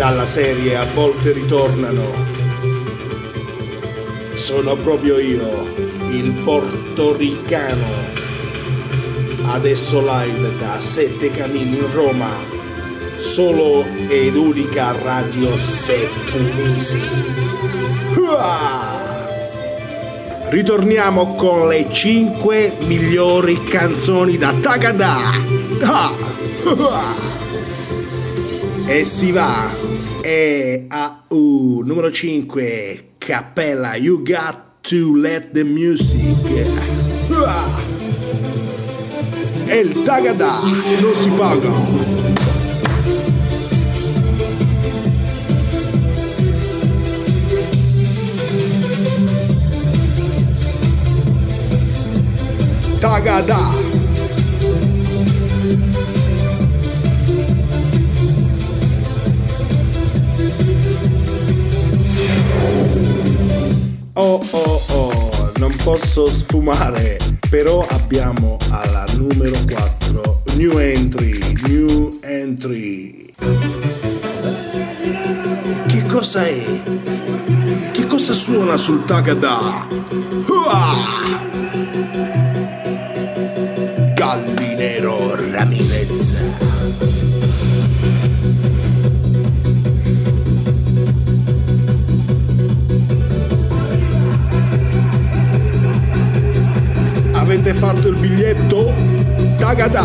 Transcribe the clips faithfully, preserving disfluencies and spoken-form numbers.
dalla serie A volte ritornano. Sono proprio io, il portoricano, adesso live da Sette Camini in Roma, solo ed unica Radio Seppulisi. Ritorniamo con le cinque migliori canzoni da Tagada. E si va. E a U numero cinque, Cappella, You Got to Let the Music. E il Tagada non si paga. Tagada. Oh oh oh, non posso sfumare, però abbiamo alla numero quattro, New Entry, New Entry. Che cosa è? Che cosa suona sul Tagada? Uah! Gallinero Ramirez. Avete fatto il biglietto? Tagada.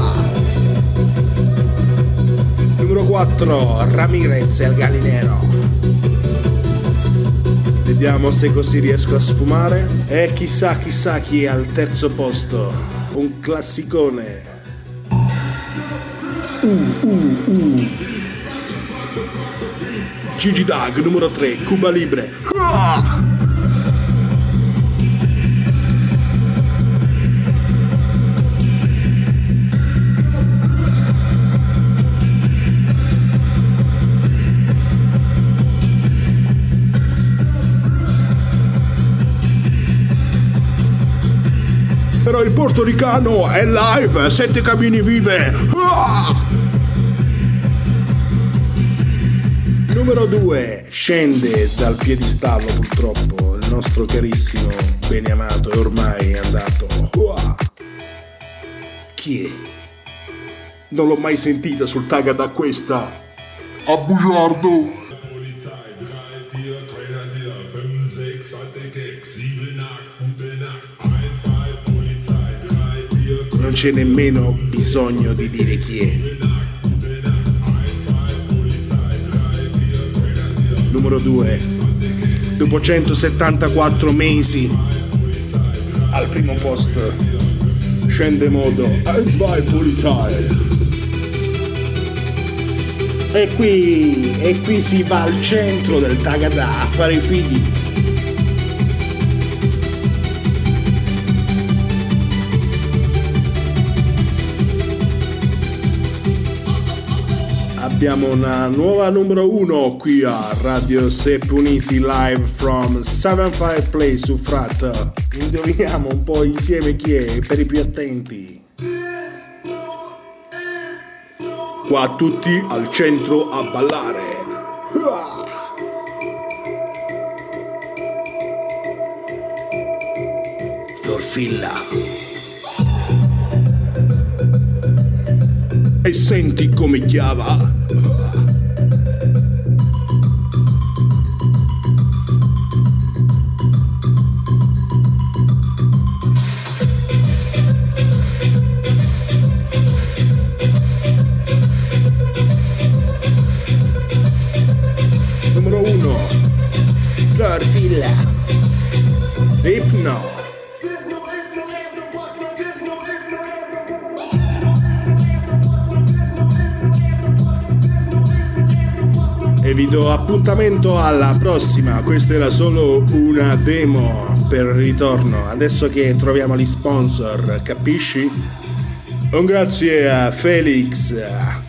Numero quattro, Ramirez e il Gallinero. Vediamo se così riesco a sfumare. E chissà chissà chi è al terzo posto. Un classicone. Uh uh uh. Gigi Dag numero tre, Cuba Libre. Ah! Però il portoricano è live, Sette Camini vive. Ah! Numero due, scende dal piedistallo purtroppo il nostro carissimo, beniamato e ormai è andato. Ah! Chi è? Non l'ho mai sentita sul Tagada questa. A bugiardo. Non c'è nemmeno bisogno di dire chi è. Numero due, dopo centosettantaquattro mesi al primo posto, scende modo Zwei Polizei. E qui, e qui si va al centro del Tagada a fare i figli. Abbiamo una nuova numero uno qui a Radio Seppulisi live from Seven Fireplace su Frat. Indoviniamo un po' insieme chi è per i più attenti. Qua tutti al centro a ballare. Fiorfilla. E senti come chiava. Numero uno, Fiorfilla. Ipno. E vi do appuntamento alla prossima. Questa era solo una demo per il ritorno, adesso che troviamo gli sponsor, capisci? Un grazie a Felix